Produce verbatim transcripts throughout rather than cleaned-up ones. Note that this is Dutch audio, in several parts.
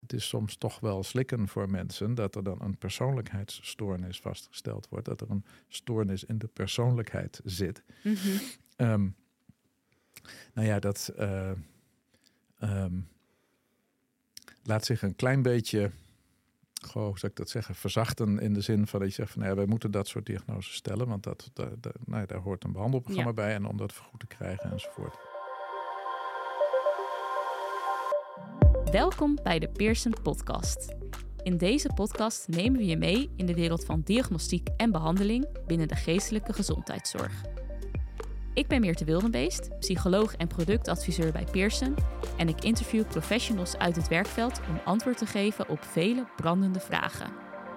het is soms toch wel slikken voor mensen dat er dan een persoonlijkheidsstoornis vastgesteld wordt. Dat er een stoornis in de persoonlijkheid zit. Mm-hmm. Um, nou ja, dat uh, um, laat zich een klein beetje, goh, hoe zou ik dat zeggen, verzachten in de zin van dat je zegt van nou ja, wij moeten dat soort diagnoses stellen, want dat, dat, dat, nou ja, daar hoort een behandelprogramma ja. bij en om dat vergoed te krijgen enzovoort. Welkom bij de Pearson Podcast. In deze podcast nemen we je mee in de wereld van diagnostiek en behandeling binnen de geestelijke gezondheidszorg. Ik ben Meerte Wildenbeest, psycholoog en productadviseur bij Pearson en ik interview professionals uit het werkveld om antwoord te geven op vele brandende vragen.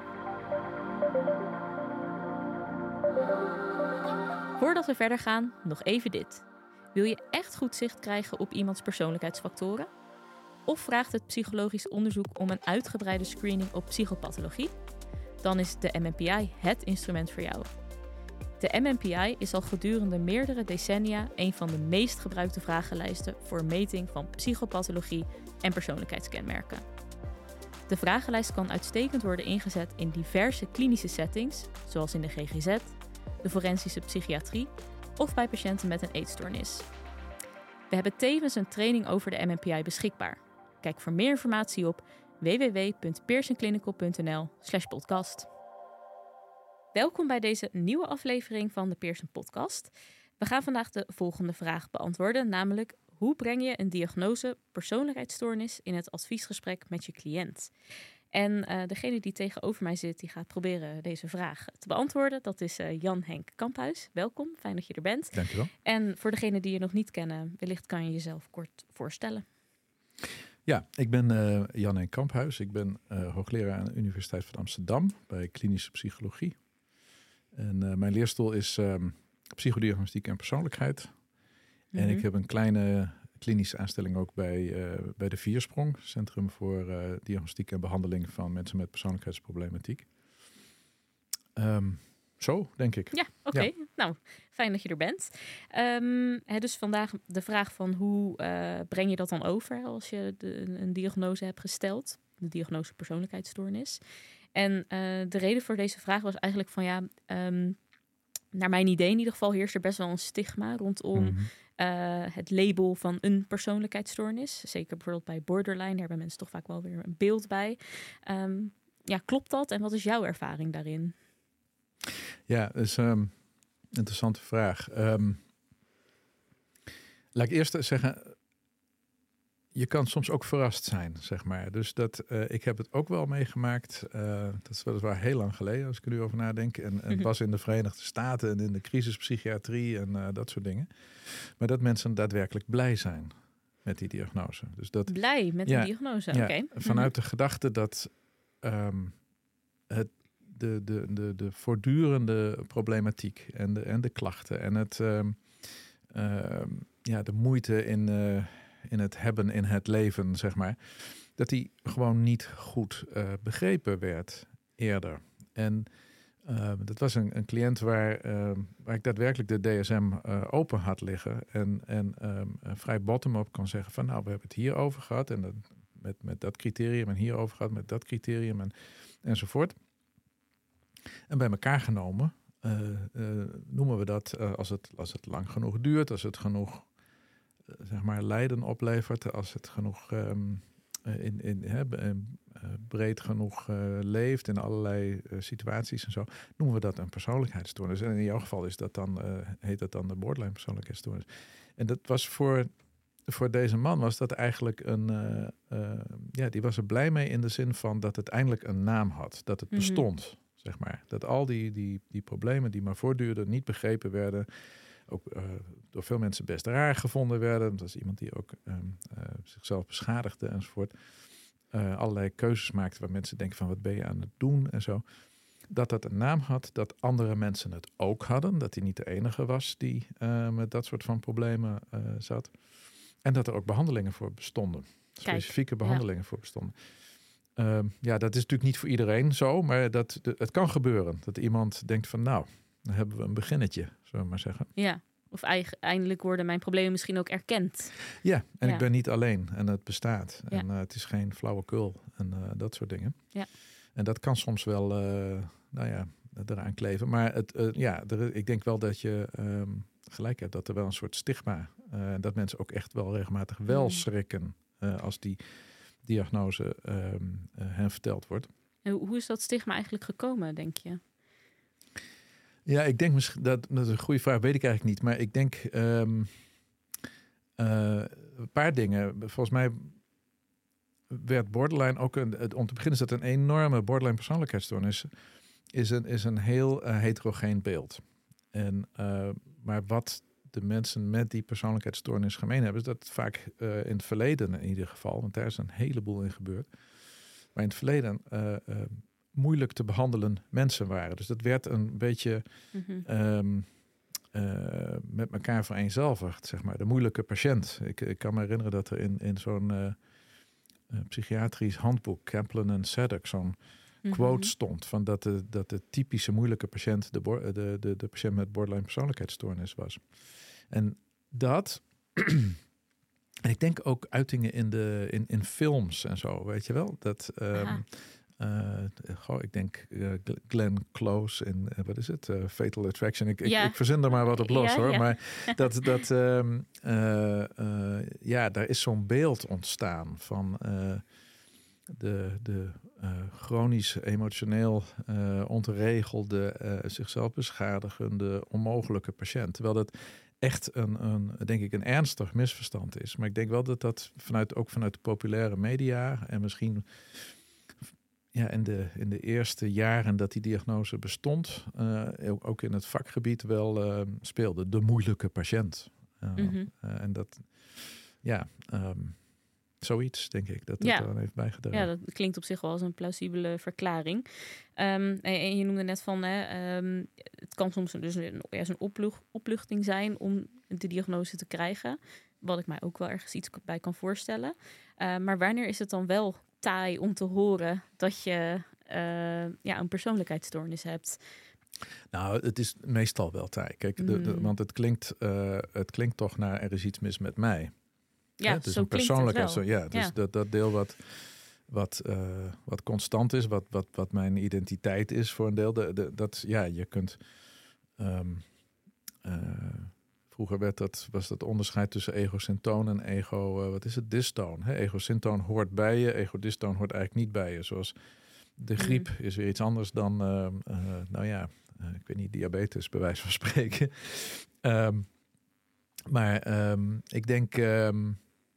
Voordat we verder gaan, nog even dit. Wil je echt goed zicht krijgen op iemands persoonlijkheidsfactoren? Of vraagt het psychologisch onderzoek om een uitgebreide screening op psychopathologie? Dan is de M M P I het instrument voor jou. De M M P I is al gedurende meerdere decennia een van de meest gebruikte vragenlijsten voor meting van psychopathologie en persoonlijkheidskenmerken. De vragenlijst kan uitstekend worden ingezet in diverse klinische settings, zoals in de G G Z, de forensische psychiatrie of bij patiënten met een eetstoornis. We hebben tevens een training over de M M P I beschikbaar. Kijk voor meer informatie op w w w punt pearsonclinical punt n l slash podcast. Welkom bij deze nieuwe aflevering van de Pearson Podcast. We gaan vandaag de volgende vraag beantwoorden, namelijk hoe breng je een diagnose persoonlijkheidsstoornis in het adviesgesprek met je cliënt? En uh, degene die tegenover mij zit, die gaat proberen deze vraag te beantwoorden. Dat is uh, Jan-Henk Kamphuis. Welkom, fijn dat je er bent. Dank je wel. En voor degenen die je nog niet kennen, wellicht kan je jezelf kort voorstellen. Ja, ik ben uh, Jan-Henk Kamphuis. Ik ben uh, hoogleraar aan de Universiteit van Amsterdam bij klinische psychologie. En uh, mijn leerstoel is um, psychodiagnostiek en persoonlijkheid. Mm-hmm. En ik heb een kleine klinische aanstelling ook bij, uh, bij de Viersprong, Centrum voor uh, Diagnostiek en Behandeling van mensen met persoonlijkheidsproblematiek. Um, zo, denk ik. Ja, oké. Okay. Ja. Nou, fijn dat je er bent. Um, hè, dus vandaag de vraag van hoe uh, breng je dat dan over als je de, een diagnose hebt gesteld? De diagnose persoonlijkheidsstoornis. En uh, de reden voor deze vraag was eigenlijk van ja, um, naar mijn idee in ieder geval heerst er best wel een stigma rondom mm-hmm. uh, het label van een persoonlijkheidsstoornis. Zeker bijvoorbeeld bij borderline, daar hebben mensen toch vaak wel weer een beeld bij. Um, ja, klopt dat? En wat is jouw ervaring daarin? Ja, dat is een um, interessante vraag. Um, laat ik eerst zeggen, je kan soms ook verrast zijn, zeg maar. Dus dat, uh, ik heb het ook wel meegemaakt. Uh, dat is weliswaar heel lang geleden, als ik er nu over nadenk. En, en mm-hmm. was in de Verenigde Staten en in de crisispsychiatrie en uh, dat soort dingen. Maar dat mensen daadwerkelijk blij zijn met die diagnose. Dus dat, blij met ja, die diagnose, ja, oké. Okay. Vanuit mm-hmm. de gedachte dat um, het De, de, de, de voortdurende problematiek en de, en de klachten en het, uh, uh, ja, de moeite in, uh, in het hebben in het leven, zeg maar, dat die gewoon niet goed uh, begrepen werd eerder. En uh, dat was een, een cliënt waar, uh, waar ik daadwerkelijk de D S M uh, open had liggen en, en um, vrij bottom-up kan zeggen van nou, we hebben het hier over gehad en dat, met, met dat criterium en hierover gehad met dat criterium en, enzovoort. En bij elkaar genomen uh, uh, noemen we dat uh, als, het, als het lang genoeg duurt, als het genoeg uh, zeg maar lijden oplevert, als het genoeg um, uh, in, in, uh, uh, breed genoeg uh, leeft in allerlei uh, situaties en zo, noemen we dat een persoonlijkheidsstoornis. En in jouw geval is dat dan, uh, heet dat dan de borderline persoonlijkheidsstoornis. En dat was voor, voor deze man was dat eigenlijk een, uh, uh, ja, die was er blij mee in de zin van dat het eindelijk een naam had, dat het mm-hmm. bestond. Zeg maar. Dat al die, die, die problemen die maar voortduurden, niet begrepen werden. Ook uh, door veel mensen best raar gevonden werden. Dat is iemand die ook um, uh, zichzelf beschadigde enzovoort. Uh, allerlei keuzes maakte waar mensen denken van wat ben je aan het doen en zo. Dat dat een naam had, dat andere mensen het ook hadden. Dat hij niet de enige was die uh, met dat soort van problemen uh, zat. En dat er ook behandelingen voor bestonden. Specifieke Kijk, behandelingen ja. voor bestonden. Uh, ja, dat is natuurlijk niet voor iedereen zo, maar dat, de, het kan gebeuren. Dat iemand denkt van nou, dan hebben we een beginnetje, zullen we maar zeggen. Ja. Of eigen, eindelijk worden mijn problemen misschien ook erkend. Ja, en Ja. ik ben niet alleen en het bestaat. Ja. En uh, het is geen flauwekul en uh, dat soort dingen. Ja. En dat kan soms wel, uh, nou ja, eraan kleven. Maar het, uh, ja, er, ik denk wel dat je um, gelijk hebt dat er wel een soort stigma... Uh, dat mensen ook echt wel regelmatig wel Mm. schrikken uh, als die diagnose um, uh, hen verteld wordt. En hoe is dat stigma eigenlijk gekomen, denk je? Ja, ik denk misschien dat dat is een goede vraag, weet ik eigenlijk niet. Maar ik denk um, uh, een paar dingen. Volgens mij werd borderline ook een, om te beginnen is dat een enorme borderline persoonlijkheidsstoornis. Is een, is een heel uh, heterogeen beeld. En, uh, maar wat de mensen met die persoonlijkheidsstoornis gemeen hebben, is dat vaak uh, in het verleden in ieder geval, want daar is een heleboel in gebeurd, maar in het verleden uh, uh, moeilijk te behandelen mensen waren. Dus dat werd een beetje Mm-hmm. um, uh, met elkaar vereenzelvigd, zeg maar. De moeilijke patiënt. Ik, ik kan me herinneren dat er in, in zo'n uh, uh, psychiatrisch handboek, Kaplan en Sadek, zo'n Mm-hmm. quote stond van dat de, dat de typische moeilijke patiënt de, bo- de, de, de patiënt met borderline persoonlijkheidsstoornis was. En dat, en ik denk ook uitingen in, de, in, in films en zo, weet je wel. Dat, um, uh, goh, ik denk uh, Glenn Close in, uh, wat is het, uh, Fatal Attraction. Ik, Ja. ik, ik verzin er maar wat op los Ja, hoor. ja. Maar dat, dat um, uh, uh, ja, daar is zo'n beeld ontstaan van uh, de... de Uh, chronisch, emotioneel, uh, ontregelde, uh, zichzelf beschadigende, onmogelijke patiënt. Terwijl dat echt een, een, denk ik, een ernstig misverstand is. Maar ik denk wel dat dat vanuit, ook vanuit de populaire media en misschien ja, in, de, in de eerste jaren dat die diagnose bestond, uh, ook in het vakgebied wel uh, speelde. De moeilijke patiënt. Uh, Mm-hmm. uh, en dat, ja... Um, Zoiets, denk ik, dat het ja. dan heeft bijgedragen. Ja, dat klinkt op zich wel als een plausibele verklaring. Um, en je noemde net van, hè, um, het kan soms dus een, ja, een oplucht, opluchting zijn om de diagnose te krijgen. Wat ik mij ook wel ergens iets bij kan voorstellen. Uh, maar wanneer is het dan wel taai om te horen dat je uh, ja, een persoonlijkheidsstoornis hebt? Nou, het is meestal wel taai. Kijk, de, de, want het klinkt, uh, het klinkt toch naar er is iets mis met mij. Ja, het is zo een persoonlijkheid. Zo, ja, dus ja. dat, dat deel wat, wat, uh, wat constant is, wat, wat, wat mijn identiteit is voor een deel. De, de, dat, ja, je kunt. Um, uh, vroeger werd dat, was dat onderscheid tussen egosyntoon en ego. Uh, wat is het? Dystoon. Hè? Egosyntoon hoort bij je, egodystoon hoort eigenlijk niet bij je. Zoals de griep mm. is weer iets anders dan, uh, uh, nou ja, uh, ik weet niet, diabetes, bij wijze van spreken. Um, maar um, ik denk. Um,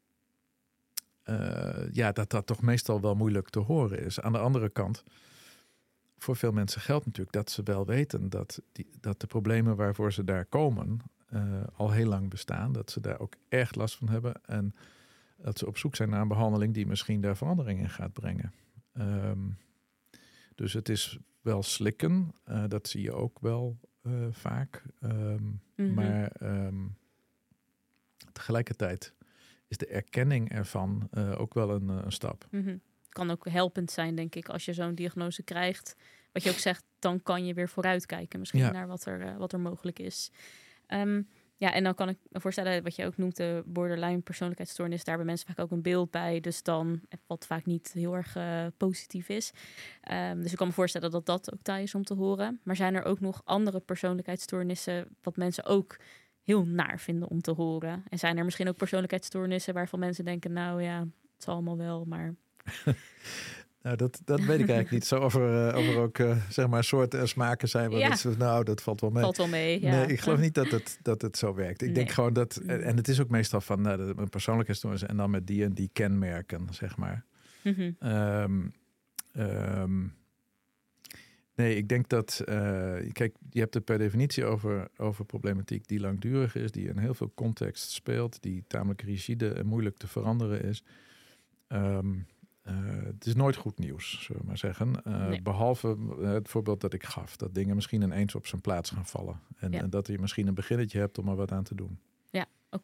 Uh, ja, dat dat toch meestal wel moeilijk te horen is. Aan de andere kant, voor veel mensen geldt natuurlijk dat ze wel weten dat, die, dat de problemen waarvoor ze daar komen uh, al heel lang bestaan. Dat ze daar ook erg last van hebben. En dat ze op zoek zijn naar een behandeling die misschien daar verandering in gaat brengen. Um, dus het is wel slikken. Uh, dat zie je ook wel uh, vaak. Um, mm-hmm. Maar um, tegelijkertijd is de erkenning ervan uh, ook wel een, een stap. Mm-hmm. Kan ook helpend zijn, denk ik, als je zo'n diagnose krijgt. Wat je ook zegt, dan kan je weer vooruitkijken misschien ja. naar wat er, uh, wat er mogelijk is. Um, ja, en dan kan ik me voorstellen, wat je ook noemt, de borderline persoonlijkheidsstoornis, daar hebben mensen vaak ook een beeld bij. Dus dan, wat vaak niet heel erg uh, positief is. Um, dus ik kan me voorstellen dat dat ook taai is om te horen. Maar zijn er ook nog andere persoonlijkheidsstoornissen wat mensen ook heel naar vinden om te horen? En zijn er misschien ook persoonlijkheidsstoornissen waarvan mensen denken, nou ja, het zal allemaal wel, maar... nou, dat, dat weet ik eigenlijk niet. Zo of er, uh, of er ook uh, zeg maar soorten en smaken zijn. Waar ja. het, nou, dat valt wel mee. Valt wel mee, ja. Nee, ik geloof niet dat het, dat het zo werkt. Ik nee. denk gewoon dat... En het is ook meestal van nou, een persoonlijkheidsstoornis en dan met die en die kenmerken, zeg maar. Mm-hmm. Um, um, Nee, ik denk dat... Uh, kijk, je hebt het per definitie over, over problematiek die langdurig is, die in heel veel context speelt, die tamelijk rigide en moeilijk te veranderen is. Um, uh, het is nooit goed nieuws, zullen we maar zeggen. Uh, nee. Behalve het voorbeeld dat ik gaf, dat dingen misschien ineens op zijn plaats gaan vallen. En, ja. en dat je misschien een beginnetje hebt om er wat aan te doen. Ja, oké. Okay.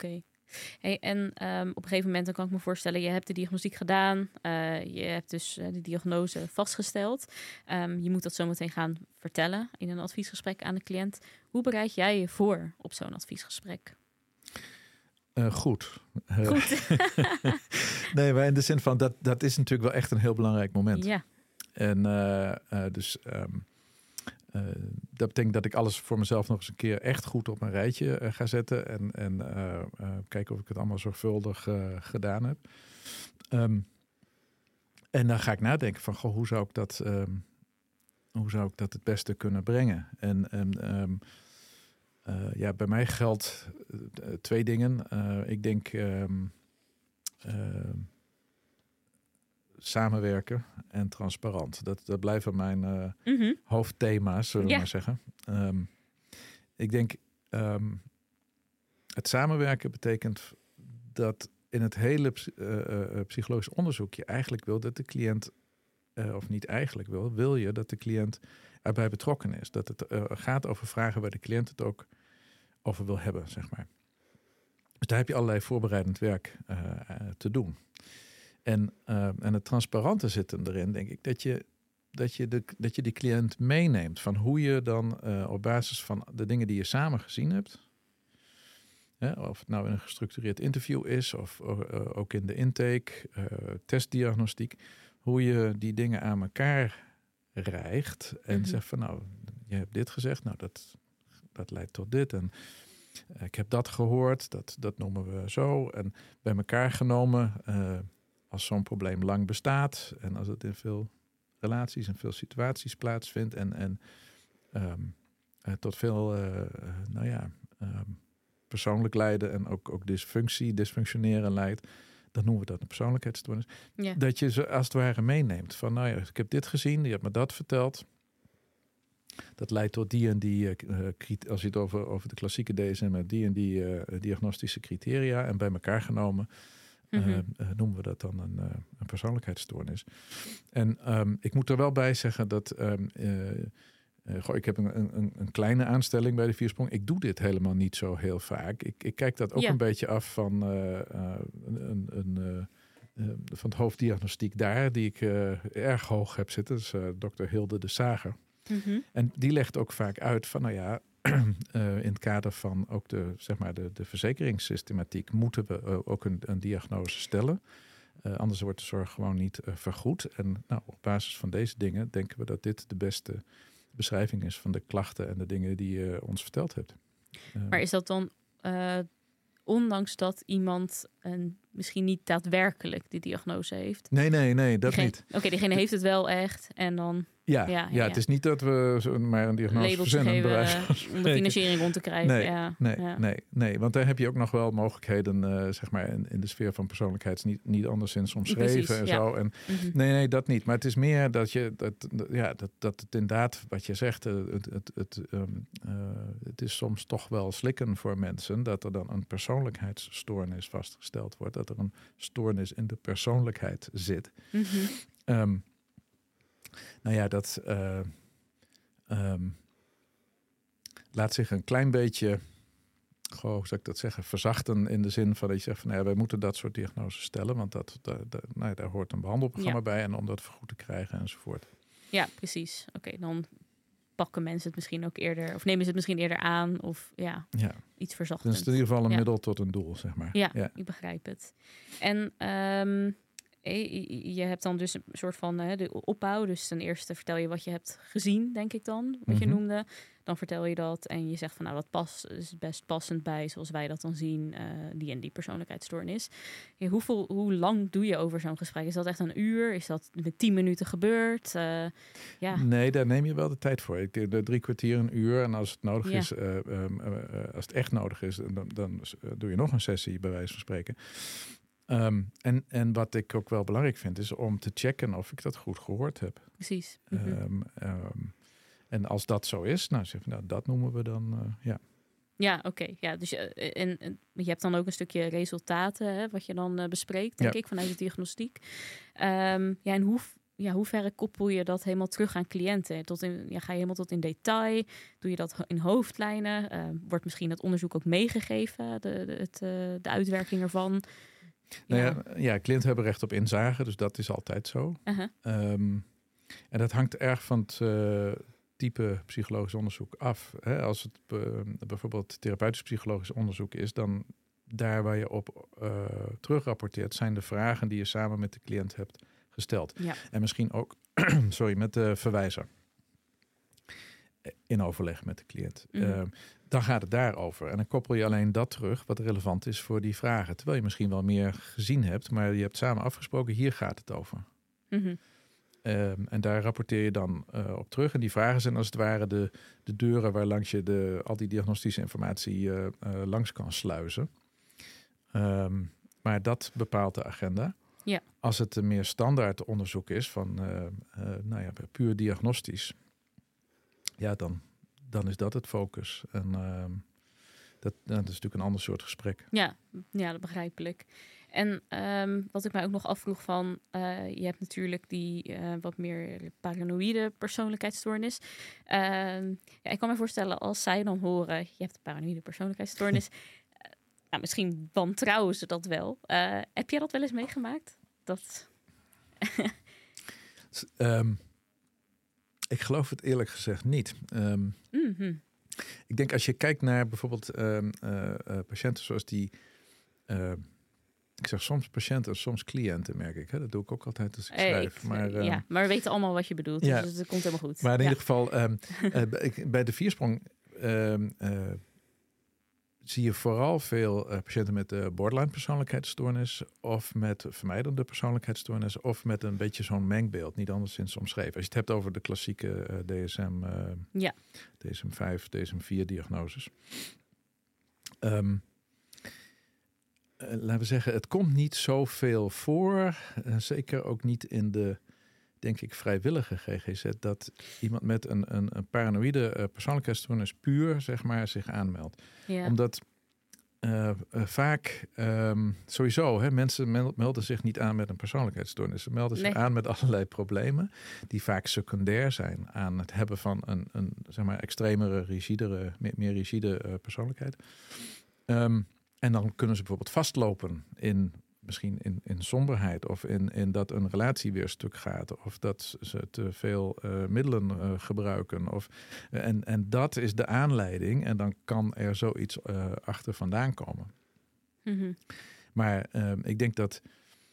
Hey, en um, op een gegeven moment dan kan ik me voorstellen, je hebt de diagnostiek gedaan, uh, je hebt dus uh, de diagnose vastgesteld. Um, je moet dat zometeen gaan vertellen in een adviesgesprek aan de cliënt. Hoe bereid jij je voor op zo'n adviesgesprek? Uh, goed. Goed. Nee, maar in de zin van, dat, dat is natuurlijk wel echt een heel belangrijk moment. Ja. En uh, uh, dus um, uh, dat betekent dat ik alles voor mezelf nog eens een keer echt goed op een rijtje uh, ga zetten. En, en uh, uh, kijken of ik het allemaal zorgvuldig uh, gedaan heb. Um, en dan ga ik nadenken van, goh, hoe zou ik dat, um, hoe zou ik dat het beste kunnen brengen? En, en um, uh, ja, bij mij geldt uh, twee dingen. Uh, ik denk um, uh, samenwerken en transparant. Dat, dat blijven mijn uh, mm-hmm. hoofdthema's, zullen we yeah. maar zeggen. Um, ik denk, um, het samenwerken betekent dat in het hele uh, uh, psychologisch onderzoek je eigenlijk wil dat de cliënt, uh, of niet eigenlijk wil, wil je dat de cliënt erbij betrokken is. Dat het uh, gaat over vragen waar de cliënt het ook over wil hebben, zeg maar. Dus daar heb je allerlei voorbereidend werk uh, uh, te doen. En, uh, en het transparante zit hem erin, denk ik, dat je, dat je, de, dat je die cliënt meeneemt van hoe je dan uh, op basis van de dingen die je samen gezien hebt, hè, of het nou in een gestructureerd interview is of uh, ook in de intake, uh, testdiagnostiek, hoe je die dingen aan elkaar rijgt en mm-hmm. zegt van nou, je hebt dit gezegd, nou dat, dat leidt tot dit en uh, ik heb dat gehoord, dat, dat noemen we zo en bij elkaar genomen. Uh, Als zo'n probleem lang bestaat en als het in veel relaties en veel situaties plaatsvindt en, en um, uh, tot veel uh, uh, nou ja, um, persoonlijk lijden en ook, ook dysfunctie, dysfunctioneren leidt, dan noemen we dat een persoonlijkheidsstoornis. Ja. Dat je ze als het ware meeneemt van nou ja, ik heb dit gezien, je hebt me dat verteld. Dat leidt tot die en die, uh, als je het over, over de klassieke D S M hebt, die en die uh, diagnostische criteria en bij elkaar genomen. Mm-hmm. Uh, uh, noemen we dat dan een, uh, een persoonlijkheidsstoornis. En um, ik moet er wel bij zeggen dat um, uh, uh, goh, ik heb een, een, een kleine aanstelling bij de Viersprong. Ik doe dit helemaal niet zo heel vaak. Ik, ik kijk dat ook yeah. een beetje af van, uh, uh, een, een, uh, uh, van het hoofddiagnostiek daar, die ik uh, erg hoog heb zitten. Dat is uh, dokter Hilde de Sager. Mm-hmm. En die legt ook vaak uit van, nou ja, Uh, in het kader van ook de, zeg maar de, de verzekeringssystematiek moeten we uh, ook een, een diagnose stellen. Uh, anders wordt de zorg gewoon niet uh, vergoed. En nou, op basis van deze dingen denken we dat dit de beste beschrijving is van de klachten en de dingen die je uh, ons verteld hebt. Uh, maar is dat dan, uh, ondanks dat iemand een, misschien niet daadwerkelijk die diagnose heeft? Nee, nee, nee, dat diegene, niet. Oké, okay, diegene heeft het wel echt en dan... Ja, ja, ja, ja, het is niet dat we zo maar een diagnose verzinnen om de financiering rond te krijgen. Nee, ja, nee, ja. nee, nee, want daar heb je ook nog wel mogelijkheden, uh, zeg maar, in, in de sfeer van persoonlijkheid niet, niet anderszins omschreven. Precies, en ja. zo. En, mm-hmm. Nee, nee, dat niet. Maar het is meer dat je, dat, ja, dat, dat het inderdaad, wat je zegt, het, het, het, um, uh, het is soms toch wel slikken voor mensen dat er dan een persoonlijkheidsstoornis vastgesteld wordt, dat er een stoornis in de persoonlijkheid zit. Mm-hmm. Um, Nou ja, dat uh, um, laat zich een klein beetje, goh, hoe zou ik dat zeggen, verzachten in de zin van dat je zegt van, nou ja, wij moeten dat soort diagnoses stellen, want dat, dat, dat, nou ja, daar hoort een behandelprogramma ja. bij en om dat vergoed te krijgen enzovoort. Ja, precies. Oké, okay, dan pakken mensen het misschien ook eerder, of nemen ze het misschien eerder aan, of ja, ja. iets verzachtend. Dat is in ieder geval een ja. middel tot een doel, zeg maar. Ja, ja. ik begrijp het. En um, je hebt dan dus een soort van uh, de opbouw. Dus ten eerste vertel je wat je hebt gezien, denk ik dan, wat je mm-hmm. noemde. Dan vertel je dat en je zegt van nou, dat past, is best passend bij zoals wij dat dan zien, uh, die en die persoonlijkheidsstoornis. Ja, hoeveel, hoe lang doe je over zo'n gesprek? Is dat echt een uur? Is dat met tien minuten gebeurd? Uh, ja. Nee, daar neem je wel de tijd voor. Ik, de drie kwartier, een uur. En als het nodig ja. is, uh, um, uh, als het echt nodig is, dan, dan uh, doe je nog een sessie, bij wijze van spreken. Um, en, en wat ik ook wel belangrijk vind, is om te checken of ik dat goed gehoord heb. Precies. Mm-hmm. Um, um, en als dat zo is, nou, zeg, nou dat noemen we dan, uh, ja. Ja, oké. Okay. Ja, dus uh, en, en je hebt dan ook een stukje resultaten, hè, wat je dan uh, bespreekt, denk ja. ik, vanuit de diagnostiek. Um, ja, en hoe, ja, hoe ver koppel je dat helemaal terug aan cliënten? Tot in, ja, ga je helemaal tot in detail? Doe je dat in hoofdlijnen? Uh, wordt misschien het onderzoek ook meegegeven, de, de, het, uh, de uitwerking ervan? Nou ja, ja, ja, cliënten hebben recht op inzage, dus dat is altijd zo. Uh-huh. Um, en dat hangt erg van het uh, type psychologisch onderzoek af. Hè? Als het uh, bijvoorbeeld therapeutisch psychologisch onderzoek is, dan daar waar je op uh, terugrapporteert, zijn de vragen die je samen met de cliënt hebt gesteld. Ja. En misschien ook, sorry, met de verwijzer. In overleg met de cliënt. Mm. Uh, dan gaat het daarover. En dan koppel je alleen dat terug wat relevant is voor die vragen. Terwijl je misschien wel meer gezien hebt, maar je hebt samen afgesproken, hier gaat het over. Mm-hmm. Um, en daar rapporteer je dan uh, op terug. En die vragen zijn als het ware de, de deuren waar langs je de, al die diagnostische informatie uh, uh, langs kan sluizen. Um, maar dat bepaalt de agenda. Ja. Als het een meer standaard onderzoek is van uh, uh, nou ja, puur diagnostisch, ja, dan, dan is dat het focus. En uh, dat, nou, dat is natuurlijk een ander soort gesprek. Ja, ja, dat begrijpelijk. En um, wat ik mij ook nog afvroeg van, uh, je hebt natuurlijk die uh, wat meer paranoïde persoonlijkheidsstoornis. Uh, ja, ik kan me voorstellen als zij dan horen, je hebt een paranoïde persoonlijkheidsstoornis. uh, nou, misschien wantrouwen ze dat wel. Uh, heb jij dat wel eens meegemaakt? Dat... um, ik geloof het eerlijk gezegd niet. Um, mm-hmm. Ik denk als je kijkt naar bijvoorbeeld um, uh, uh, patiënten zoals die... Uh, ik zeg soms patiënten, soms cliënten, merk ik. Hè? Dat doe ik ook altijd als ik schrijf. Ik, maar, uh, ja, maar we weten allemaal wat je bedoelt. Ja, dus het komt helemaal goed. Maar in ja. ieder geval, um, uh, bij de viersprong um, uh, zie je vooral veel uh, patiënten met uh, borderline persoonlijkheidsstoornis of met vermijdende persoonlijkheidsstoornis of met een beetje zo'n mengbeeld, niet anderszins omschreven. Als je het hebt over de klassieke uh, D S M, uh, ja. D S M vijf, D S M vier diagnoses. Um, uh, laten we zeggen, het komt niet zoveel voor, uh, zeker ook niet in de, denk ik, vrijwillige G G Z, dat iemand met een, een, een paranoïde uh, persoonlijkheidsstoornis puur, zeg maar, zich aanmeldt. Ja. Omdat uh, uh, vaak, um, sowieso, hè, mensen melden zich niet aan met een persoonlijkheidsstoornis. Ze melden zich nee. aan met allerlei problemen die vaak secundair zijn aan het hebben van een, een zeg maar, extremere, rigidere, meer, meer rigide uh, persoonlijkheid. Um, en dan kunnen ze bijvoorbeeld vastlopen in misschien in, in somberheid of in, in dat een relatie weer stuk gaat of dat ze te veel uh, middelen uh, gebruiken. Of, uh, en, en dat is de aanleiding en dan kan er zoiets uh, achter vandaan komen. Mm-hmm. Maar uh, ik denk dat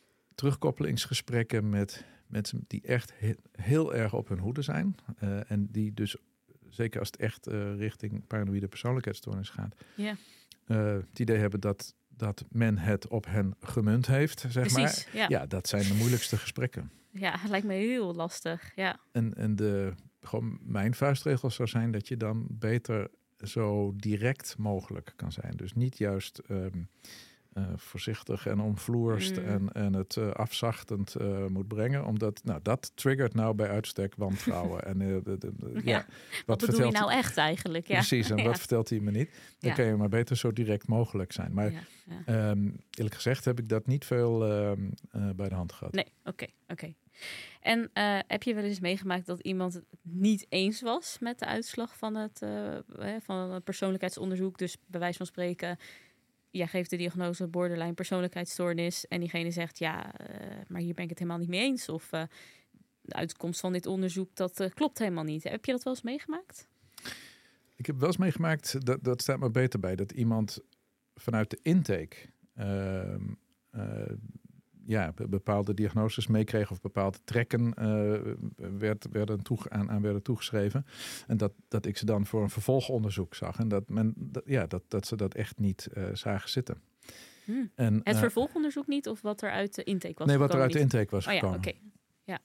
terugkoppelingsgesprekken met mensen die echt he- heel erg op hun hoede zijn uh, en die dus, zeker als het echt uh, richting paranoïde persoonlijkheidsstoornis gaat, yeah. uh, het idee hebben dat dat men het op hen gemunt heeft, zeg Precies, maar. Ja. ja, dat zijn de moeilijkste gesprekken. Ja, het lijkt me heel lastig, ja. En, en de, gewoon mijn vuistregel zou zijn dat je dan beter zo direct mogelijk kan zijn. Dus niet juist um, uh, voorzichtig en omvloerst mm. en, en het uh, afzachtend uh, moet brengen. Omdat, nou, dat triggert nou bij uitstek wantrouwen. en, uh, de, de, de, ja. ja, wat wat bedoel je nou echt eigenlijk? Ja. Precies, en ja. wat vertelt hij me niet? Dan ja. kan je maar beter zo direct mogelijk zijn. Maar ja, ja. Um, eerlijk gezegd heb ik dat niet veel um, uh, bij de hand gehad. Nee, oké, okay, oké. Okay. En uh, heb je wel eens meegemaakt dat iemand het niet eens was met de uitslag van het, uh, van het persoonlijkheidsonderzoek? Dus bij wijze van spreken, jij geeft de diagnose borderline persoonlijkheidsstoornis en diegene zegt, ja, uh, maar hier ben ik het helemaal niet mee eens. Of uh, de uitkomst van dit onderzoek, dat uh, klopt helemaal niet. Heb je dat wel eens meegemaakt? Ik heb wel eens meegemaakt, dat, dat staat me beter bij, dat iemand vanuit de intake uh, uh, ja, bepaalde diagnoses meekreeg of bepaalde trekken uh, werd, werden toege, aan, aan werden toegeschreven. En dat, dat ik ze dan voor een vervolgonderzoek zag. En dat, men, dat, ja, dat, dat ze dat echt niet uh, zagen zitten. Hmm. En, het uh, vervolgonderzoek niet of wat er uit de intake was Nee, gekomen? wat er uit de intake was oh, gekomen. Ja, okay. ja.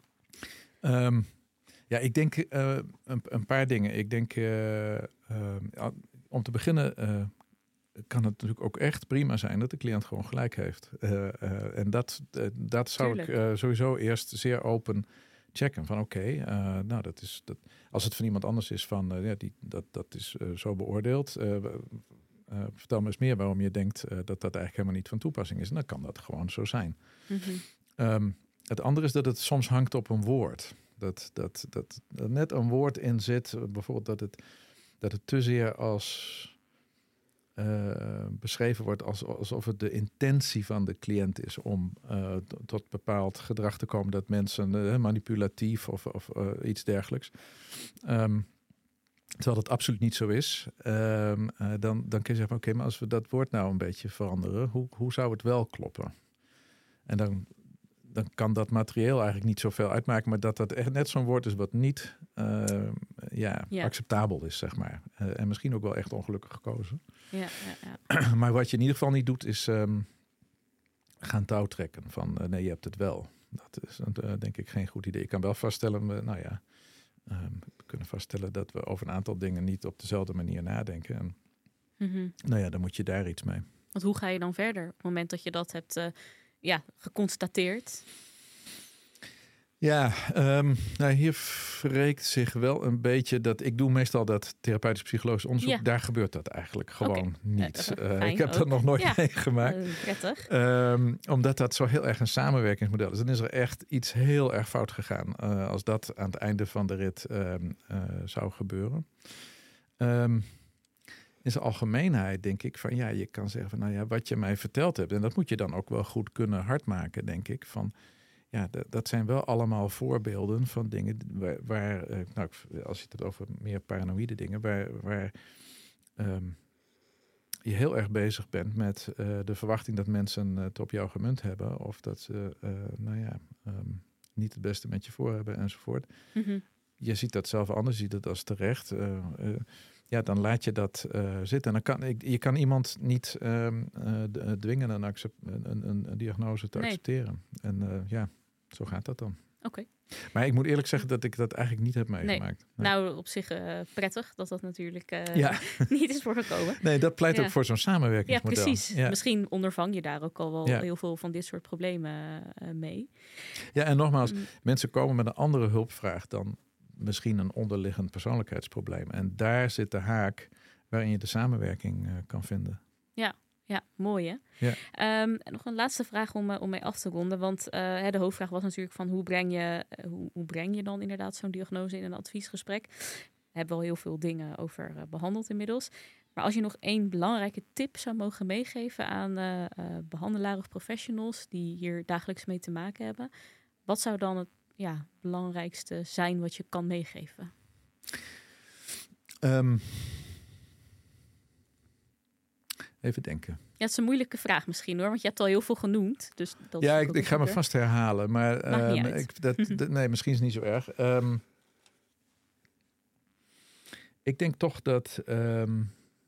Um, ja, ik denk uh, een, een paar dingen. Ik denk, uh, uh, om te beginnen, uh, kan het natuurlijk ook echt prima zijn dat de cliënt gewoon gelijk heeft. Uh, uh, en dat, uh, dat zou Tuurlijk. ik uh, sowieso eerst zeer open checken. Van oké, okay, uh, nou dat is dat. Als het van iemand anders is, van uh, ja, die, dat, dat is uh, zo beoordeeld. Uh, uh, vertel me eens meer waarom je denkt uh, dat dat eigenlijk helemaal niet van toepassing is. En dan kan dat gewoon zo zijn. Mm-hmm. Um, het andere is dat het soms hangt op een woord. Dat, dat, dat, dat net een woord in zit. Bijvoorbeeld dat het, dat het te zeer als uh, beschreven wordt als, alsof het de intentie van de cliënt is om uh, tot bepaald gedrag te komen. Dat mensen uh, manipulatief of, of uh, iets dergelijks. Um, terwijl dat absoluut niet zo is. Um, uh, dan, dan kun je zeggen, oké, okay, maar als we dat woord nou een beetje veranderen, hoe, hoe zou het wel kloppen? En dan... dan kan dat materieel eigenlijk niet zoveel uitmaken, maar dat dat echt net zo'n woord is wat niet uh, ja, ja. acceptabel is, zeg maar. Uh, en misschien ook wel echt ongelukkig gekozen. Ja, ja, ja. Maar wat je in ieder geval niet doet, is um, gaan touwtrekken van uh, nee, je hebt het wel. Dat is uh, denk ik geen goed idee. Ik kan wel vaststellen, uh, nou ja, um, we kunnen vaststellen dat we over een aantal dingen niet op dezelfde manier nadenken. En, mm-hmm. Nou ja, dan moet je daar iets mee. Want hoe ga je dan verder op het moment dat je dat hebt uh, ja, geconstateerd? Ja, um, nou hier wreekt zich wel een beetje dat ik doe meestal dat therapeutisch psychologisch onderzoek. Ja. Daar gebeurt dat eigenlijk gewoon okay. niet. Uh, uh, ik heb ook. dat nog nooit ja. meegemaakt. Uh, prettig. Um, omdat dat zo heel erg een samenwerkingsmodel is. Dan is er echt iets heel erg fout gegaan uh, als dat aan het einde van de rit um, uh, zou gebeuren. Um, in zijn algemeenheid denk ik van ja, je kan zeggen van nou ja, wat je mij verteld hebt. En dat moet je dan ook wel goed kunnen hardmaken, denk ik. Van ja, d- dat zijn wel allemaal voorbeelden van dingen waar, waar uh, nou, als je het over meer paranoïde dingen, waar, waar um, je heel erg bezig bent met uh, de verwachting dat mensen het op jou gemunt hebben. Of dat ze, uh, nou ja, um, niet het beste met je voor hebben enzovoort. Mm-hmm. Je ziet dat zelf anders, je ziet het als terecht. Uh, uh, ja, dan laat je dat uh, zitten. En dan kan, je kan iemand niet um, uh, dwingen een, accept, een, een, een diagnose te nee. accepteren. En uh, ja, zo gaat dat dan. Oké. Okay. Maar ik moet eerlijk zeggen dat ik dat eigenlijk niet heb meegemaakt. Nee. Nee. Nou, op zich uh, prettig dat dat natuurlijk uh, ja. niet is voorgekomen. Nee, dat pleit ja. ook voor zo'n samenwerkingsmodel. Ja, precies. Ja. Misschien ondervang je daar ook al wel ja. heel veel van dit soort problemen uh, mee. Ja, en nogmaals, mm. mensen komen met een andere hulpvraag dan misschien een onderliggend persoonlijkheidsprobleem. En daar zit de haak waarin je de samenwerking uh, kan vinden. Ja, ja, mooi hè? Ja. Um, nog een laatste vraag om, uh, om mee af te ronden. Want uh, de hoofdvraag was natuurlijk van hoe breng je, uh, hoe, hoe breng je dan inderdaad zo'n diagnose in een adviesgesprek? We hebben al heel veel dingen over uh, behandeld inmiddels. Maar als je nog één belangrijke tip zou mogen meegeven aan uh, uh, behandelaren of professionals die hier dagelijks mee te maken hebben, wat zou dan het ja, belangrijkste zijn wat je kan meegeven? Um, even denken. Ja, het is een moeilijke vraag misschien hoor, want je hebt al heel veel genoemd. Dus dat ja, ik, ik ga me vast herhalen. Maar um, ik, dat, dat, nee, misschien is het niet zo erg. Um, ik denk toch dat um,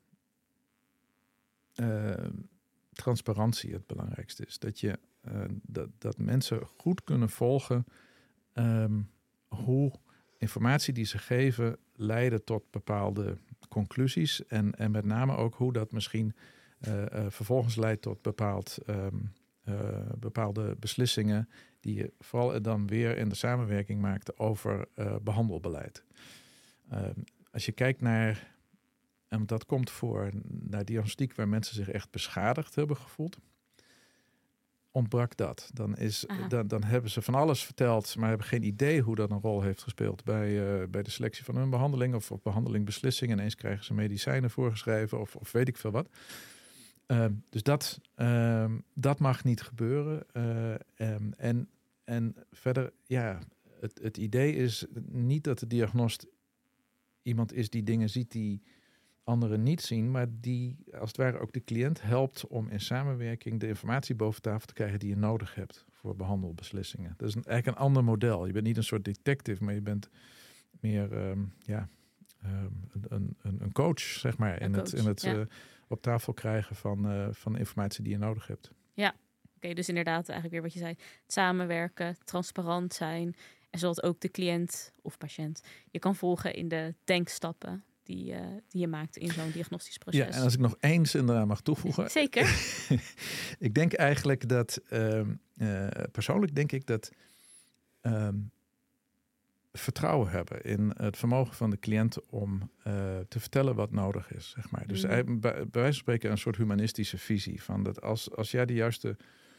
uh, transparantie het belangrijkste is. Dat, je, uh, dat, dat mensen goed kunnen volgen Um, hoe informatie die ze geven leiden tot bepaalde conclusies. En, en met name ook hoe dat misschien uh, uh, vervolgens leidt tot bepaald, um, uh, bepaalde beslissingen die je vooral dan weer in de samenwerking maakt over uh, behandelbeleid. Um, als je kijkt naar, en dat komt voor, naar diagnostiek waar mensen zich echt beschadigd hebben gevoeld, ontbrak dat. Dan, is, dan, dan hebben ze van alles verteld, maar hebben geen idee hoe dat een rol heeft gespeeld bij, uh, bij de selectie van hun behandeling of, of behandelingbeslissingen. Ineens krijgen ze medicijnen voorgeschreven of, of weet ik veel wat. Uh, dus dat, uh, dat mag niet gebeuren. Uh, um, en, en verder, ja, het, het idee is niet dat de diagnost iemand is die dingen ziet die anderen niet zien, maar die als het ware ook de cliënt helpt om in samenwerking de informatie boven tafel te krijgen die je nodig hebt voor behandelbeslissingen. Dat is een, eigenlijk een ander model. Je bent niet een soort detective, maar je bent meer um, ja, um, een, een, een coach, zeg maar, in coach, het, in het ja. uh, op tafel krijgen van, uh, van informatie die je nodig hebt. Ja, oké, okay, dus inderdaad eigenlijk weer wat je zei, het samenwerken, transparant zijn en zodat ook de cliënt of patiënt je kan volgen in de denkstappen Die, uh, die je maakt in zo'n diagnostisch proces. Ja, en als ik nog één zin eraan mag toevoegen. Zeker. Ik denk eigenlijk dat, um, uh, persoonlijk denk ik dat um, vertrouwen hebben in het vermogen van de cliënt om uh, te vertellen wat nodig is, zeg maar. Dus mm. bij, bij wijze van spreken een soort humanistische visie van dat als, als jij de juiste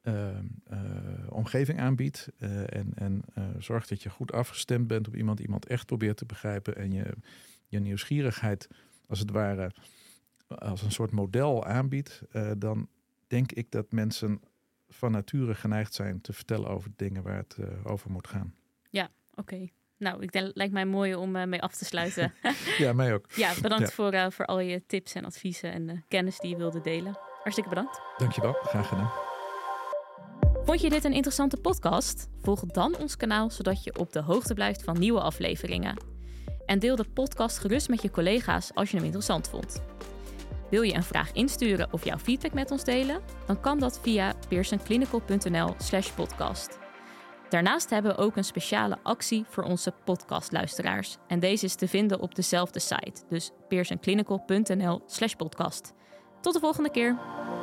uh, uh, omgeving aanbiedt. Uh, en en uh, zorgt dat je goed afgestemd bent op iemand. Iemand echt probeert te begrijpen. En je, je nieuwsgierigheid als het ware als een soort model aanbiedt. Uh, dan denk ik dat mensen van nature geneigd zijn te vertellen over dingen waar het uh, over moet gaan. Ja, oké. Okay. Nou, ik denk, lijkt mij mooi om uh, mee af te sluiten. Ja, mij ook. Ja, bedankt ja. Voor, uh, voor al je tips en adviezen en uh, kennis die je wilde delen. Hartstikke bedankt. Dankjewel, graag gedaan. Vond je dit een interessante podcast? Volg dan ons kanaal, zodat je op de hoogte blijft van nieuwe afleveringen. En deel de podcast gerust met je collega's als je hem interessant vond. Wil je een vraag insturen of jouw feedback met ons delen? Dan kan dat via pearsonclinical.nl slash podcast. Daarnaast hebben we ook een speciale actie voor onze podcastluisteraars. En deze is te vinden op dezelfde site, dus pearsonclinical.nl slash podcast. Tot de volgende keer!